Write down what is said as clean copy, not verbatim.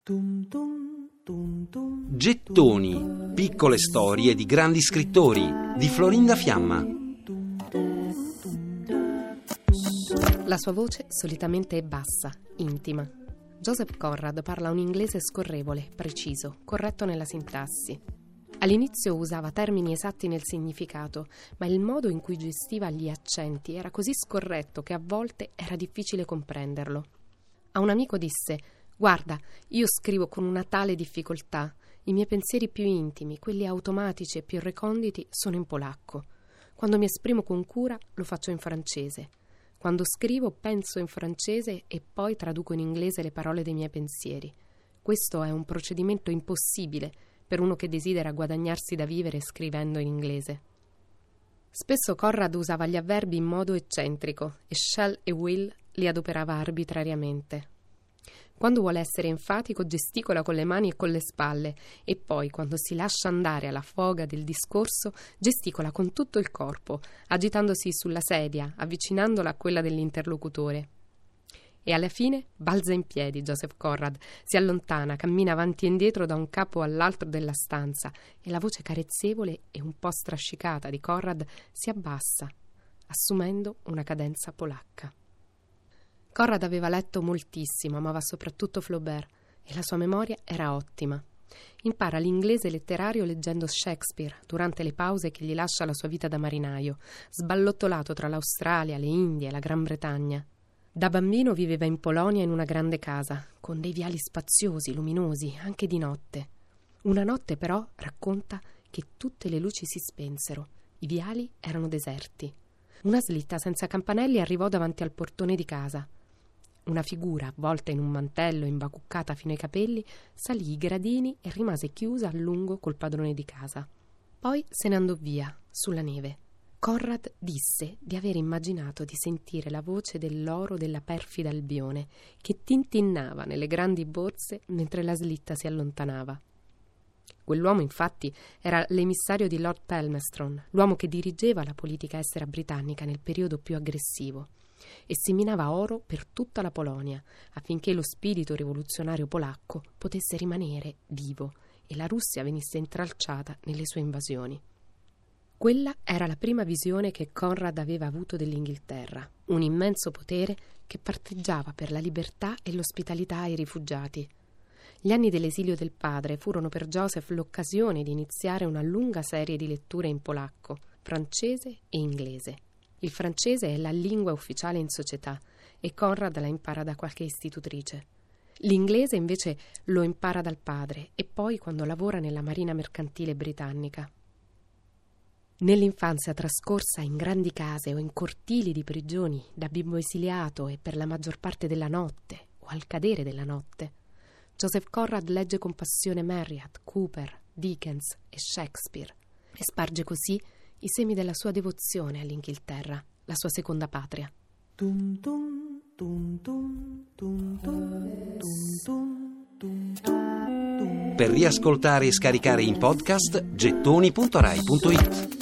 Gettoni, piccole storie di grandi scrittori di Florinda Fiamma. La sua voce solitamente è bassa, intima. Joseph Conrad parla un inglese scorrevole, preciso, corretto nella sintassi. All'inizio usava termini esatti nel significato, ma il modo in cui gestiva gli accenti era così scorretto che a volte era difficile comprenderlo. A un amico disse: «Guarda, io scrivo con una tale difficoltà. I miei pensieri più intimi, quelli automatici e più reconditi, sono in polacco. Quando mi esprimo con cura, lo faccio in francese. Quando scrivo, penso in francese e poi traduco in inglese le parole dei miei pensieri. Questo è un procedimento impossibile per uno che desidera guadagnarsi da vivere scrivendo in inglese». Spesso Conrad usava gli avverbi in modo eccentrico e shall e will li adoperava arbitrariamente. Quando vuole essere enfatico gesticola con le mani e con le spalle e poi, quando si lascia andare alla foga del discorso, gesticola con tutto il corpo, agitandosi sulla sedia, avvicinandola a quella dell'interlocutore. E alla fine balza in piedi Joseph Conrad, si allontana, cammina avanti e indietro da un capo all'altro della stanza e la voce carezzevole e un po' strascicata di Conrad si abbassa, assumendo una cadenza polacca. Conrad aveva letto moltissimo, amava soprattutto Flaubert e la sua memoria era ottima. Impara l'inglese letterario leggendo Shakespeare durante le pause che gli lascia la sua vita da marinaio, sballottolato tra l'Australia, le Indie e la Gran Bretagna. Da bambino viveva in Polonia in una grande casa, con dei viali spaziosi, luminosi, anche di notte. Una notte però, racconta, che tutte le luci si spensero, i viali erano deserti. Una slitta senza campanelli arrivò davanti al portone di casa. Una figura, avvolta in un mantello e imbacuccata fino ai capelli, salì i gradini e rimase chiusa a lungo col padrone di casa. Poi se ne andò via, sulla neve. Conrad disse di aver immaginato di sentire la voce dell'oro della perfida Albione, che tintinnava nelle grandi borse mentre la slitta si allontanava. Quell'uomo, infatti, era l'emissario di Lord Palmerston, l'uomo che dirigeva la politica estera britannica nel periodo più aggressivo, e seminava oro per tutta la Polonia, affinché lo spirito rivoluzionario polacco potesse rimanere vivo e la Russia venisse intralciata nelle sue invasioni. Quella era la prima visione che Conrad aveva avuto dell'Inghilterra, un immenso potere che parteggiava per la libertà e l'ospitalità ai rifugiati. Gli anni dell'esilio del padre furono per Joseph l'occasione di iniziare una lunga serie di letture in polacco, francese e inglese. Il francese è la lingua ufficiale in società e Conrad la impara da qualche istitutrice. L'inglese invece lo impara dal padre e poi quando lavora nella marina mercantile britannica. Nell'infanzia trascorsa in grandi case o in cortili di prigioni, da bimbo esiliato e per la maggior parte della notte o al cadere della notte, Joseph Conrad legge con passione Marryat, Cooper, Dickens e Shakespeare e sparge così i semi della sua devozione all'Inghilterra, la sua seconda patria. Per riascoltare e scaricare in podcast gettoni.rai.it